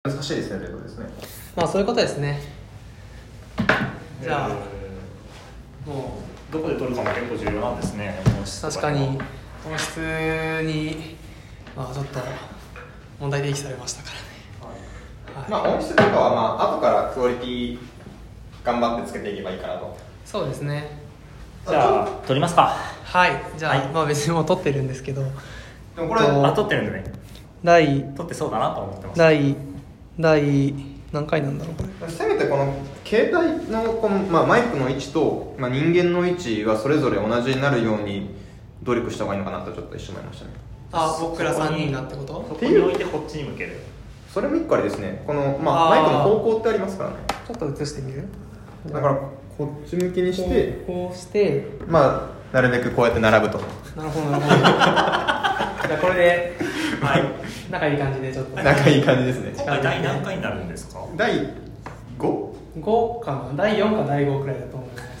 難しいですねということですね。 まあそういうことですね。じゃあ、もうどこで取るかも結構重要なんですね。 確かに音質に、まあ、ちょっと問題提起されましたからね。 はい。まあ音質とかはまあ後からクオリティ頑張ってつけていけばいいかなと。 そうですね。 じゃあ取りますか。 はい。じゃあ、 はい、 まあ別にもう撮ってるんですけど。 でもこれ撮ってるんでね。撮ってそうだなと思ってます。 第何回なんだろうこれ。 せめてこの携帯のこの、まあ、マイクの位置と、まあ、人間の位置はそれぞれ同じになるように努力した方がいいのかなとちょっと一瞬思いましたね。 あ、僕ら3人がってこと？ そこに置いてこっちに向ける。 それも一個ありですね。この、まあ、マイクの方向ってありますからね。 ちょっと映してみる？ だからこっち向きにしてこうしてまあなるべくこうやって並ぶと。 なるほどなるほど。じゃあこれで、はい、仲いい感じでちょっと仲いい感じですね。 今回第何回になるんですか？ 第 5？ 5かな、第4か第5くらいだと思います。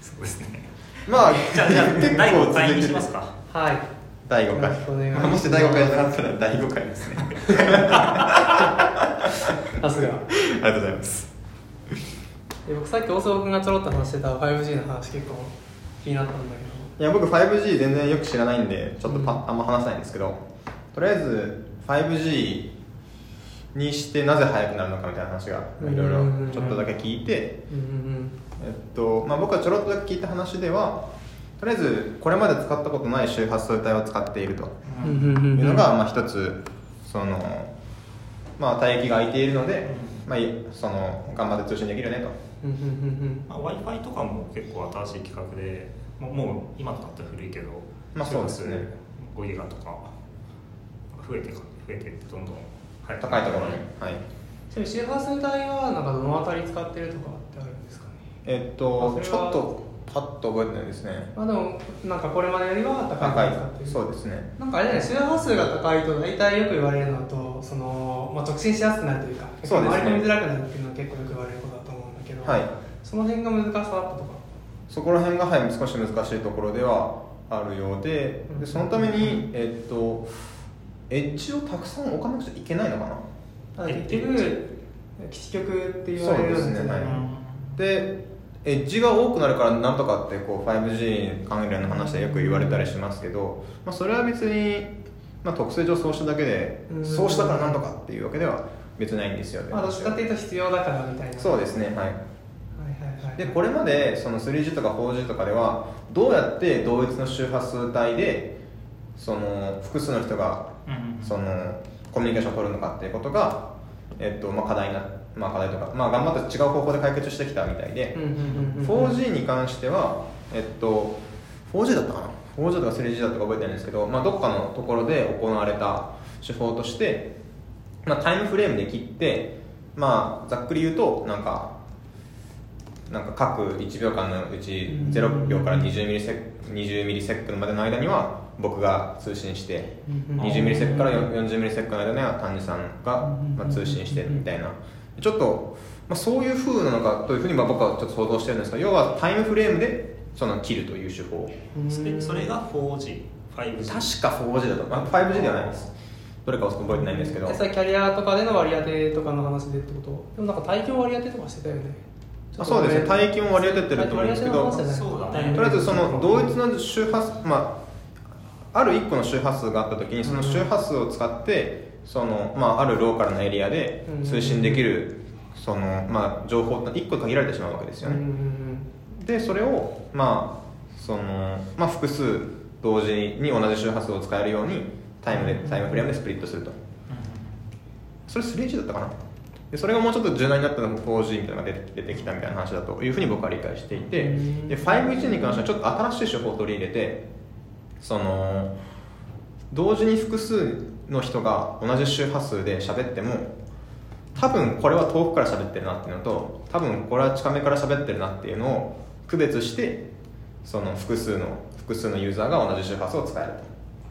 そうですね。 まあじゃあ第5回にしますか。 はい。 第5回。もし第5回じゃなかったら第5回ですね。 さすが。 ありがとうございます。 僕さっき大坪君がちょろっと話してた 5G の話結構気になったんだけど。 いや僕 5G 全然よく知らないんでちょっとあんま話せないんですけど、とりあえず 5G にしてなぜ速くなるのかみたいな話がいろいろちょっとだけ聞いて、まあ、僕はちょろっとだけ聞いた話ではとりあえずこれまで使ったことない周波数帯を使っているというのがまあ一つその、まあ、帯域が空いているので、まあ、その頑張って通信できるねと。 まあ、Wi-Fi とかも結構新しい企画でもう今となったら古いけど、 まあそうですね、 5ギガとか増えていってどんどん高いところに、はい。 周波数帯はなんかどのあたり使ってるとかってあるんですかね。 ちょっとパッと覚えてないですね。 まあでもなんかこれまでよりは高いと使ってる。 そうですね。 なんかあれね、周波数が高いと大体よく言われるのとその、まあ、直進しやすくなるというか、 そうですね、 回り込みづらくなるっていうのは結構よく言われることだと思うんだけど、 はい、 その辺が難しさだったとか。 そこら辺が、はい、少し難しいところではあるようで、そのために、エッジをたくさん置かなくちゃいけないのかな。 結局基地局って言われるんですね。 そうですね、はい。でエッジが多くなるからなんとかってこう 5G 関連の話でよく言われたりしますけど、まあ、それは別に、まあ、特性上そうしただけで、そうしたからなんとかっていうわけでは別にないんですよね。 まあ、どっちかっていうと必要だからみたいな。 そうですね、はい。でこれまでその 3G とか 4G とかではどうやって同一の周波数帯でその複数の人がそのコミュニケーションを取るのかっていうことが、まあ、課題とか、まあ、頑張って違う方法で解決してきたみたいで、4G に関しては、4G だったかな 4G とか 3G だったか覚えてないんですけど、まあ、どっかのところで行われた手法として、まあ、タイムフレームで切って、まあ、ざっくり言うとなんか各1秒間のうち0秒から20ミリセックまでの間には僕が通信して20ミリセックから40ミリセックの間には丹治さんがまあ通信してみたいな、ちょっと、まあ、そういう風なのかというふうにまあ僕はちょっと想像してるんですが、要はタイムフレームでその切るという手法。 それが 4G、5G。 確か 4G だと、まあ、5G ではないです。どれかは覚えてないんですけど。 キャリアとかでの割り当てとかの話でってこと？でもなんか帯域割り当てとかしてたよね。 そうですね、帯域も割り当ててると思うんですけど、 そうだね、 とりあえずその同一の周波数、まあ、ある1個の周波数があった時にその周波数を使ってその、まあ、あるローカルなエリアで通信できるその、まあ、情報って1個限られてしまうわけですよね。でそれを、まあ複数同時に同じ周波数を使えるようにタイムフレームでスプリットすると。それ 3G だったかな。でそれがもうちょっと柔軟になったのが 4G みたいなのが出てきたみたいな話だというふうに僕は理解していて、で 5G に関してはちょっと新しい手法を取り入れてその同時に複数の人が同じ周波数で喋っても多分これは遠くから喋ってるなっていうのと多分これは近めから喋ってるなっていうのを区別してその複数のユーザーが同じ周波数を使えると。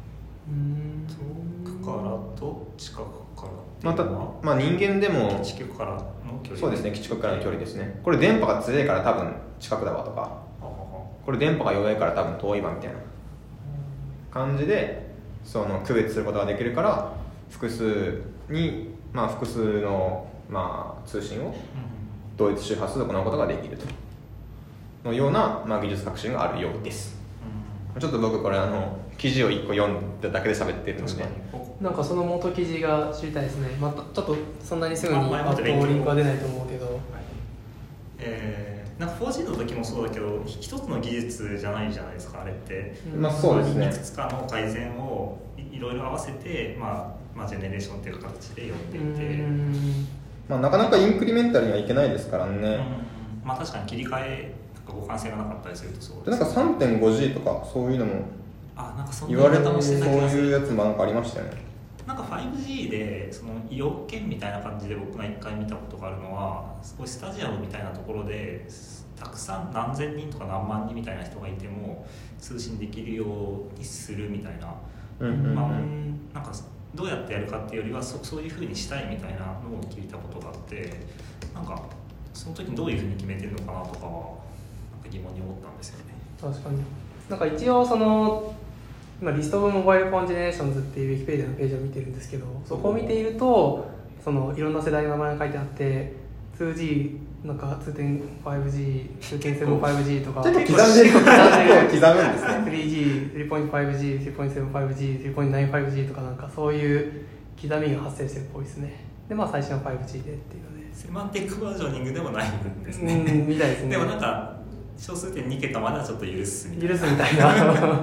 遠くからと近くからまた、まあ、人間でも基地局からの距離。 そうですね、基地局からの距離ですね。これ電波が強いから多分近くだわとか、これ電波が弱いから多分遠いわみたいな感じでその区別することができるから複数にまあ、複数の、まあ、通信を同一周波数で行うことができるとのような、まあ、技術革新があるようです、ちょっと僕これ記事を1個読んだだけで喋ってるので、 なんかその元記事が知りたいですね。ちょっとそんなにすぐにリンクは出ないと思うけど、 なんか 4G の時もそうだけど一つの技術じゃないじゃないですか、あれって、 まあそうですね、 いくつかの改善をいろいろ合わせて、まあ、ジェネレーションっていう形で読んでいて、 まあ、なかなかインクリメンタルにはいけないですからね、 まあ確かに切り替え互換性がなかったりするとそうで、なんか 3.5G とかそういうのもなんかそん言われてそういうやつもなんかありましたよね。 なんか 5G でその要件みたいな感じで僕が1回見たことがあるのは、すごいスタジアムみたいなところでたくさん何千人とか何万人みたいな人がいても通信できるようにするみたいな、なんかどうやってやるかっていうよりはそういうふうにしたいみたいなのを聞いたことがあって、なんかその時にどういうふうに決めてるのかなとかはなんか疑問に思ったんですよね。 確かに。なんか一応その今リストオブモバイルフォンジェネレーションズっていうウィキペディアのページを見てるんですけど、そこを見ているとそのいろんな世代の名前が書いてあって 2G なんか 2.5G、2.75G とか結構刻んでるんですね。 3G、3.5G、3.75G、3.95G とかなんかそういう刻みが発生してるっぽいですね。でまあ最新は 5G でっていうのでセマンティックバージョニングでもないんですね。 みたいですね。 でもなんか小数点2桁まではちょっと許すみたいな。 許すみたいな。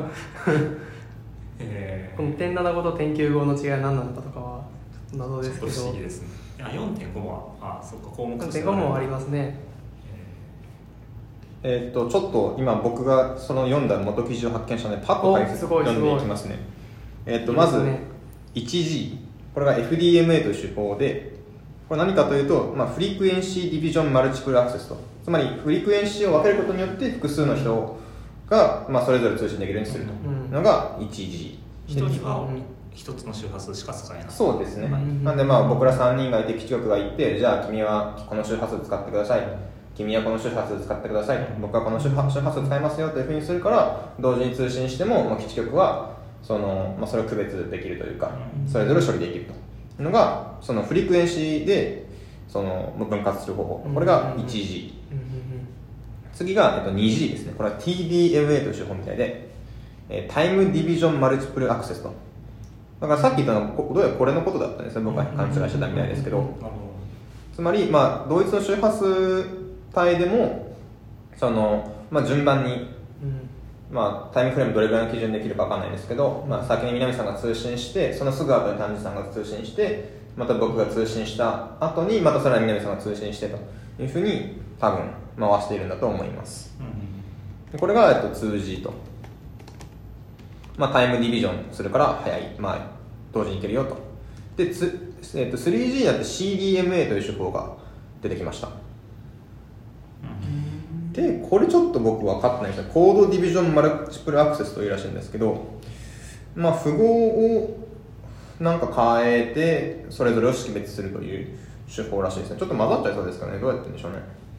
この点75と点95の違いは何なのかとかはちょっと謎ですけど。 ちょっと不思議ですね。4.5 はそっか項目として 4.5もありますね。 ちょっと今僕がその読んだ元記事を発見したのでパッと解説読んでいきますね。まず 1G、 これが FDMA という手法で、これ何かというと、フリクエンシーディビジョンマルチプルアクセスと、つまりフリクエンシーを分けることによって複数の人が、それぞれ通信できるようにするというのが 1G。 一人は一つの周波数しか使えない。 そうですね、なんで僕ら3人がいて基地局がいて、じゃあ君はこの周波数使ってください、君はこの周波数使ってください、僕はこの周波数使いますよというふうにするから、同時に通信しても、基地局はそれを区別できるというか、それぞれ処理できるというのがそのフリクエンシーで分割する方法、これが 1G。次が 2G ですね。これは TDMA という手法みたいで、タイムディビジョンマルチプルアクセスと。だからさっき言ったのはどうやらこれのことだったんですね。僕は勘違いしてたみたいですけど、つまり同一の周波数帯でも順番に、タイムフレームどれぐらいの基準できるか分かんないですけど、先に南さんが通信して、そのすぐ後に丹治さんが通信して、また僕が通信した後にまたさらに南さんが通信してというふうに多分回しているんだと思います。これが2G と、タイムディビジョンするから早い、同時にいけるよと。で、3G になって CDMA という手法が出てきました。で、これちょっと僕分かってないですね。コードディビジョンマルチプルアクセスというらしいんですけど、符号をなんか変えてそれぞれを識別するという手法らしいですね。ちょっと混ざっちゃいそうですかね。どうやってるんでしょうね。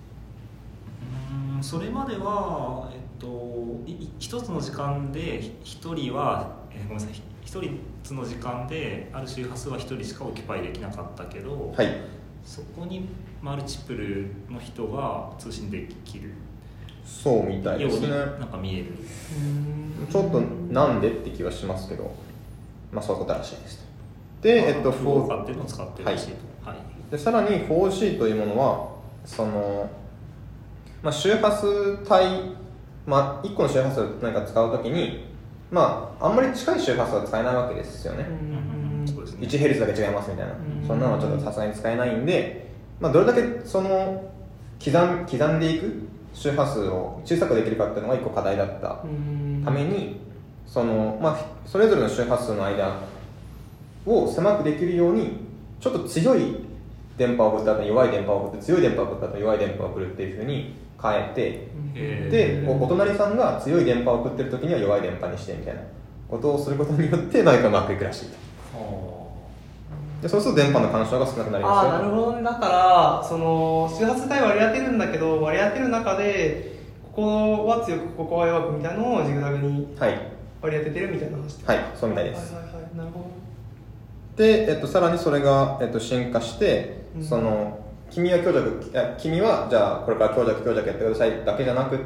それまでは、一つの時間で一人は、ごめんなさい、一つの時間である周波数は一人しかオキュパイできなかったけど、 はい、 そこにマルチプルの人が通信できるそうみたいですね。 なんか見える。 ちょっとなんでって気はしますけど、そういうことらしいです。で、 符号化っていうのを使ってるらしいと。 でさらに 4G というものは周波数帯、1個の周波数を何か使うときに、あんまり近い周波数は使えないわけですよね。1Hz だけ違いますみたいな、そんなのはちょっとさすがに使えないんで、どれだけ刻んでいく周波数を小さくできるかっていうのが1個課題だったために、それぞれの周波数の間を狭くできるように、ちょっと強い電波を送った後に弱い電波を送って、強い電波を送った後に弱い電波を送るっていう風に変えて、でお隣さんが強い電波を送ってる時には弱い電波にしてみたいなことをすることによってうまくいくらしいと。でそうすると電波の干渉が少なくなりますよ。 なるほどね。だからその周波数帯割り当てるんだけど、割り当てる中でここは強くここは弱くみたいなのをジグザグに割り当ててるみたいな話。 はい、そうみたいです。 なるほど。 で、さらにそれが、進化して、その君はじゃあこれから強弱やってくださいだけじゃなくって、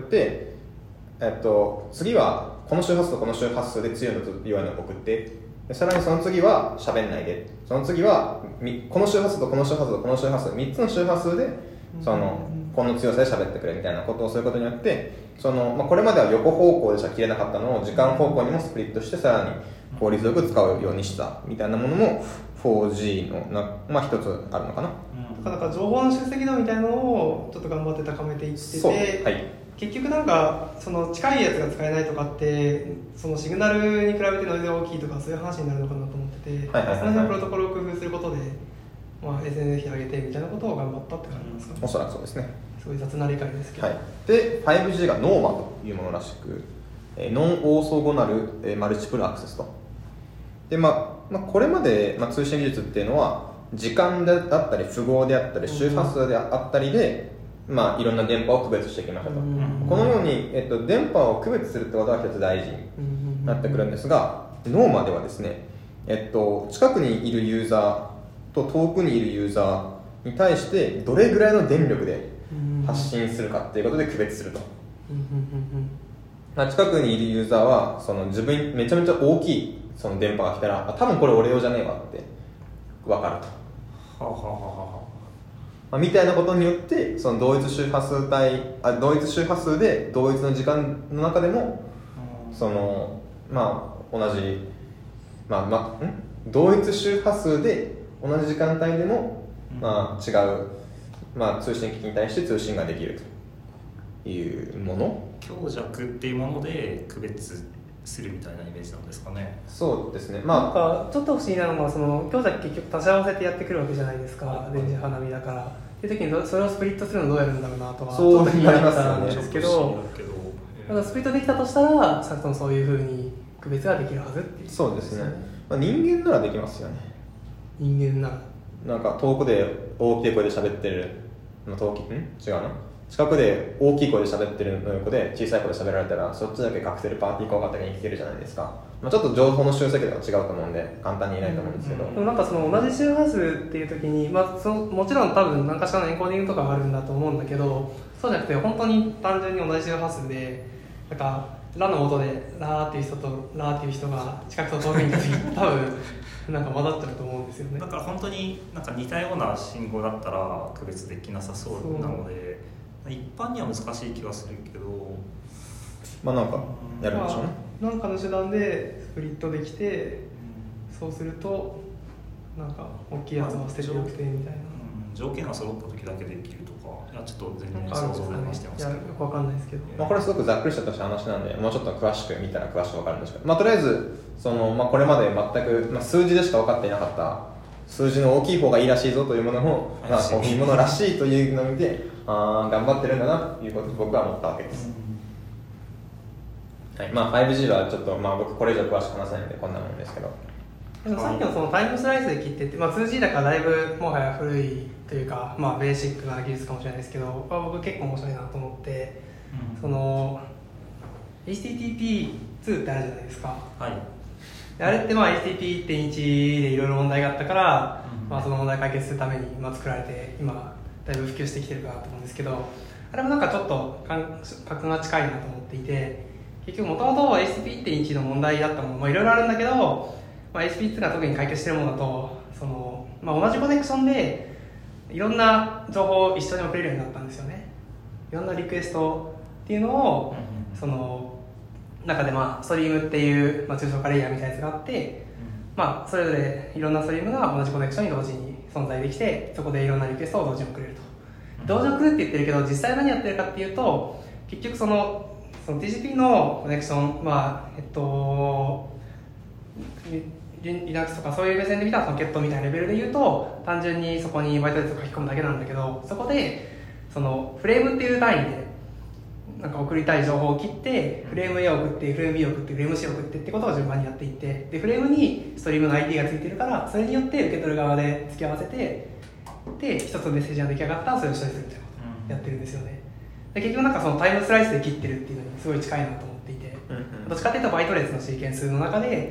次はこの周波数とこの周波数で強いのと弱いのを送って、でさらにその次は喋んないで、その次はこの周波数とこの周波数とこの周波数3つの周波数でこの強さで喋ってくれみたいなことをすることによって、これまでは横方向でしか切れなかったのを時間方向にもスプリットして、さらに効率よく使うようにしたみたいなものも 4G の一つあるのかな。 なんか情報の集積度みたいなのをちょっと頑張って高めていってて、 はい、 結局なんかその近いやつが使えないとかってそのシグナルに比べてノイズが大きいとかそういう話になるのかなと思ってて、その辺のプロトコルを工夫することで、SNS 比上げてみたいなことを頑張ったって感じなんですかね。 おそらくそうですね。 すごい雑な理解ですけど、 はい、で 5G が NOMA というものらしく、ノンオーソゴナルマルチプルアクセスと。でこれまで、通信技術っていうのは時間であったり符号であったり周波数であったりで、いろんな電波を区別してきましたと。このように、電波を区別するってことは一つ大事になってくるんですが、NOMA ではですね、近くにいるユーザーと遠くにいるユーザーに対してどれぐらいの電力で発信するかっていうことで区別すると。近くにいるユーザーは自分にめちゃめちゃ大きいその電波が来たら、多分これ俺用じゃねえわって分かると。みたいなことによって、その同一周波数で同一の時間の中でも、同じ同一周波数で同じ時間帯でも、違う、通信機器に対して通信ができるというもの。 強弱っていうもので区別するみたいなイメージなんですかね。 そうですね。 なんかちょっと不思議なのが、その強弱結局足し合わせてやってくるわけじゃないですか、電磁波並みだから。っていう時にそれをスプリットするのどうやるんだろうなとはちょっと気になったんですけど、ただスプリットできたとしたら、さっきともそういうふうに区別ができるはずっていう。 そうですね。人間ならできますよね。 人間なら。 なんか遠くで大きい声で喋ってる、違うな。近くで大きい声で喋ってるの横で小さい声で喋られたら、そっちだけカクテルパーティー効果的に聞けるじゃないですか。ちょっと情報の集積度が違うと思うんで簡単に言えないと思うんですけど、 でもなんかその同じ周波数っていう時に、もちろん多分何かしらのエンコーディングとかがあるんだと思うんだけど、そうじゃなくて本当に単純に同じ周波数で、なんかラの音でラーっていう人とラーっていう人が近くと遠くにいた時多分なんか混ざっちゃうと思うんですよね。 だから本当になんか似たような信号だったら区別できなさそうなので、一般には難しい気がするけど、 なんかやるんでしょうね。 なんかの手段でスプリットできて、そうするとなんか大きいやつは捨ててよくてみたいな、 条件が揃った時だけできるとか、いやちょっと全然想像でしてますけど、 よくわかんないですけど、 これすごくざっくりした話なんで、もうちょっと詳しく見たら詳しくわかるんですけど、とりあえずこれまで全く、数字でしか分かっていなかった数字の大きい方がいいらしいぞというものも、大きいものらしいというのを見て、頑張ってるんだなということを僕は思ったわけです。はい、5G はちょっと、僕これ以上詳しく話せないのでこんなもんですけど、 でもさっきのそのタイムスライスで切ってって、2G だからだいぶもはや古いというか、ベーシックな技術かもしれないですけど、僕結構面白いなと思って、その HTTP2 ってあるじゃないですか。 はい、 あれってHTTP 1.1 でいろいろ問題があったから、その問題解決するために作られて今だいぶ普及してきてるかなと思うんですけど、あれもなんかちょっと格が近いなと思っていて、結局もともと HTTP 1.1 の問題だったものいろいろあるんだけど、HTTP2 が特に解決してるものだと同じコネクションでいろんな情報を一緒に送れるようになったんですよね。いろんなリクエストっていうのをその中でストリームっていう、抽象化レイヤーみたいなやつがあって、それぞれいろんなストリームが同じコネクションに同時に存在できて、そこでいろんなリクエストを同時に送れると。同時に送るって言ってるけど、実際何やってるかっていうと、結局その TCP のコネクション、Linux とかそういう目線で見たらソケットみたいなレベルで言うと、単純にそこにバイト列を書き込むだけなんだけど、そこでそのフレームっていう単位でなんか送りたい情報を切って、フレーム A を送って、フレーム B を送って、フレーム C を送ってってことを順番にやっていって、でフレームにストリームの ID がついてるから、それによって受け取る側で付き合わせて、で一つのメッセージが出来上がったらそれを処理するみたいなことをやってるんですよね。で結局なんかそのタイムスライスで切ってるっていうのにすごい近いなと思っていて、どっちかっていうとバイト列のシーケンスの中で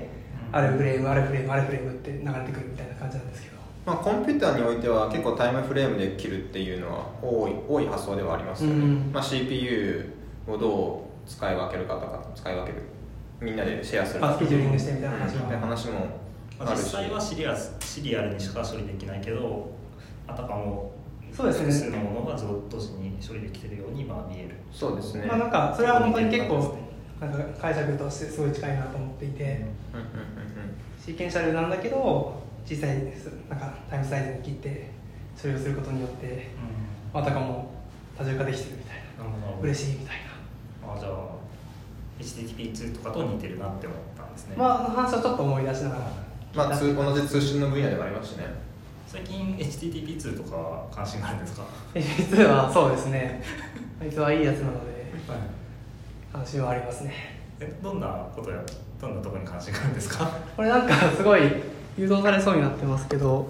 あるフレームあるフレームあるフレームって流れてくるみたいな感じなんですけど、 まあ、コンピューターにおいては結構タイムフレームで切るっていうのは多い発想ではありますよね、まあ、CPU をどう使い分けるかとか使い分けるみんなでシェアするスケジューリングしてみたいな話もあるし、 実際はシリアルにしか処理できないけどあたかもそうですね、 複数のものが同時に処理できているようにまあ見える。 そうですね、 まあ、なんかそれは本当に結構なんか解釈としてすごい近いなと思っていて、シーケンシャルなんだけど実際なんかタイムスライズに切って処理をすることによって、あたかも多重化できてるみたいな、嬉しいみたいな。 じゃあ HTTP2 とかと似てるなって思ったんですね。 まあ話はちょっと思い出しながら、 まあ、同じ通信の分野でもありますしね。 最近 HTTP2 とか関心があるんですか？ HTTP2 はそうですね、あいつはいいやつなので関心はありますね。 どんなところに関心があるんですか？ これなんかすごい誘導されそうになってますけど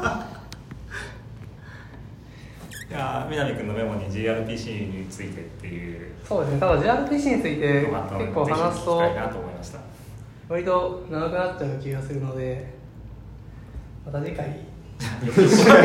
いや南君のメモに gRPC についてっていう。 そうですね、ただ gRPC について結構話すと割と長くなっちゃう気がするので、また次回ちゃんと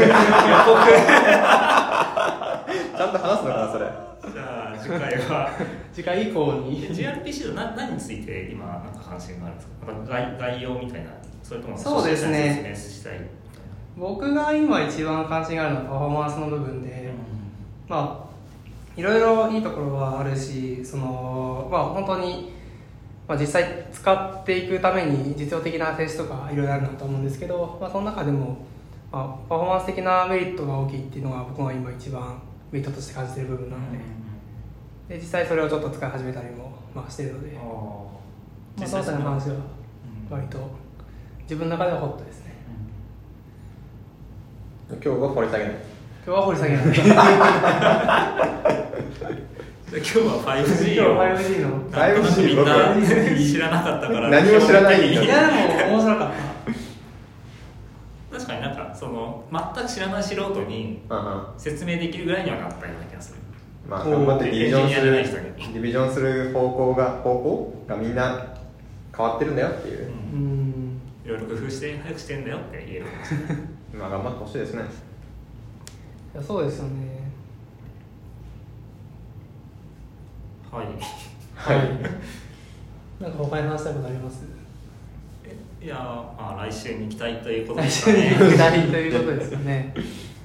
話すのかなそれ。 じゃあ次回は次回以降に gRPC と何について今なんか関心があるんですか？なんか概要みたいな、それともそうですね、 説明したい。 僕が今一番関心があるのはパフォーマンスの部分で、まあいろいろいいところはあるし、まあ本当に、まあ、実際使っていくために実用的な性質とかいろいろあるなと思うんですけど、まあ、その中でも、まあ、パフォーマンス的なメリットが大きいっていうのが僕が今一番メリットとして感じている部分なので、実際それをちょっと使い始めたりも、まあ、しているので、まあ、その辺の話は割と自分の中ではホットですね。 今日は掘り下げない。 今日は掘り下げない。 今日は 5G を今日 5G の 5G みんな知らなかったから何も知らないんだ。 いやでも面白かった。 確かになんか全く知らない素人に説明できるぐらいにはなったような気がする。 まあ頑張ってディビジョンする方向がみんな変わってるんだよっていう。 いろいろ工夫して早くしてんだよって言える。 まあ頑張ってほしいですね。 いやそうですよね。 はい。 はい。なんか他に話したいことあります？ いや来週に期待ということですかね。来週に期待ということですよね。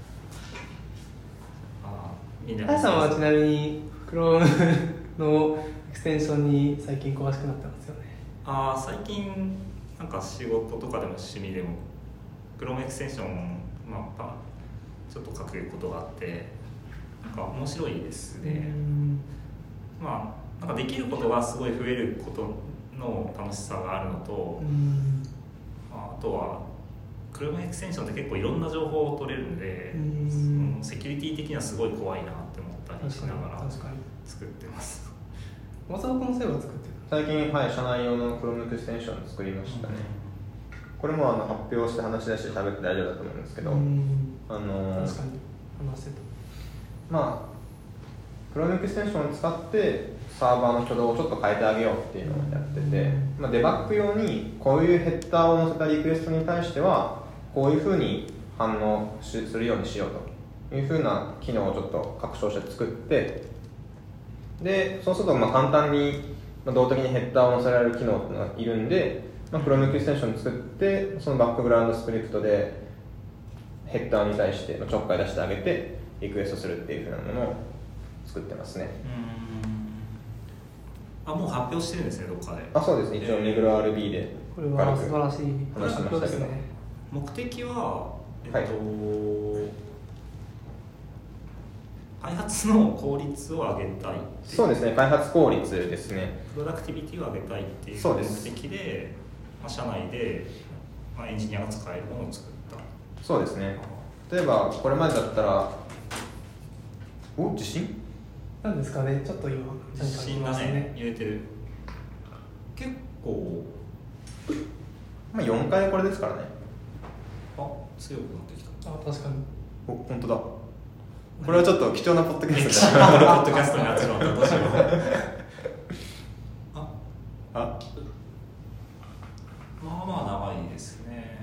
林さんはちなみに Chrome のエクステンションに最近詳しくなってますよね。 最近なんか仕事とかでも趣味でも Chrome エクステンション、ちょっと書くことがあってなんか面白いですね。なんかできることがすごい増えることの楽しさがあるのと、あとは Chrome エクステンションって結構いろんな情報を取れるんで、セキュリティ的にはすごい怖いなって思ったりしながら作ってます。 松尾君のせいは作ってる？ 最近社内用の Chrome エクステンション作りましたね。これも発表して話し出して喋って大丈夫だと思うんですけど、 確かに話してた。Chrome エクステンションを使ってサーバーの挙動をちょっと変えてあげようっていうのをやってて、デバッグ用にこういうヘッダーを載せたリクエストに対してはこういうふうに反応するようにしようというふうな機能をちょっと拡張して作って、でそうすると簡単に動的にヘッダーを載せられる機能がいるんで、Chrome エクステンション作ってそのバックグラウンドスクリプトでヘッダーに対してちょっかい出してあげてリクエストするっていうふうなものを作ってますね。 もう発表してるんですね、どっかで。 そうですね、一応ネグロ RB でこれは素晴らしい話しましたけど、 目的は、開発の効率を上げたい。 そうですね、開発効率ですね。 プロダクティビティを上げたいっていう目的で、社内で、エンジニアが使えるものを作った。 そうですね。例えばこれまでだったら地震なんですかね、ちょっと今地震がね揺れてる。結構 4回これですからね。 強くなってきた。 確かに。 本当だ。これはちょっと貴重なポッドキャストだ。ポッドキャストになってしまった。どうしよう。 まあまあ長いですね。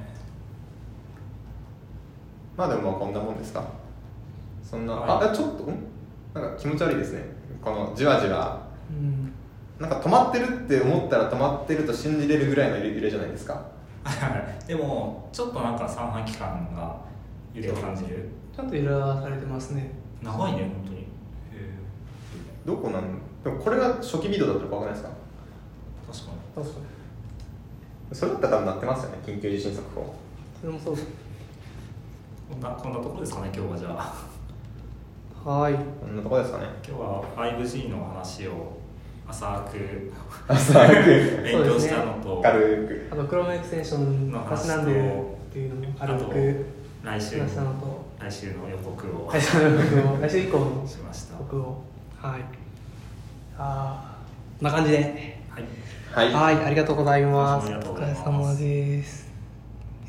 まあでもまあこんなもんですか。そんな、 はい、 ちょっとなんか気持ち悪いですね、このじわじわ、なんか止まってるって思ったら止まってると信じれるぐらいの揺れじゃないですか。 でもちょっとなんか三半規管が揺れを感じる。 ちゃんと揺らされてますね。 長いね本当に。 どこなんでもこれが初期微動だったら怖くないですか。 確か確かにそれだったら多分なってますよね、緊急地震速報。 それもそうだ。 こんなところですかね今日は。じゃあはい、 こんなとこですかね。 今日は 5G の話を浅く勉強したのと、 軽くクロームエクステンションの話なんでっていうのも軽く来週の予告を来週以降のしました。 予告を、はい、こんな感じで、 はい、 はい、ありがとうございます。 お疲れ様です。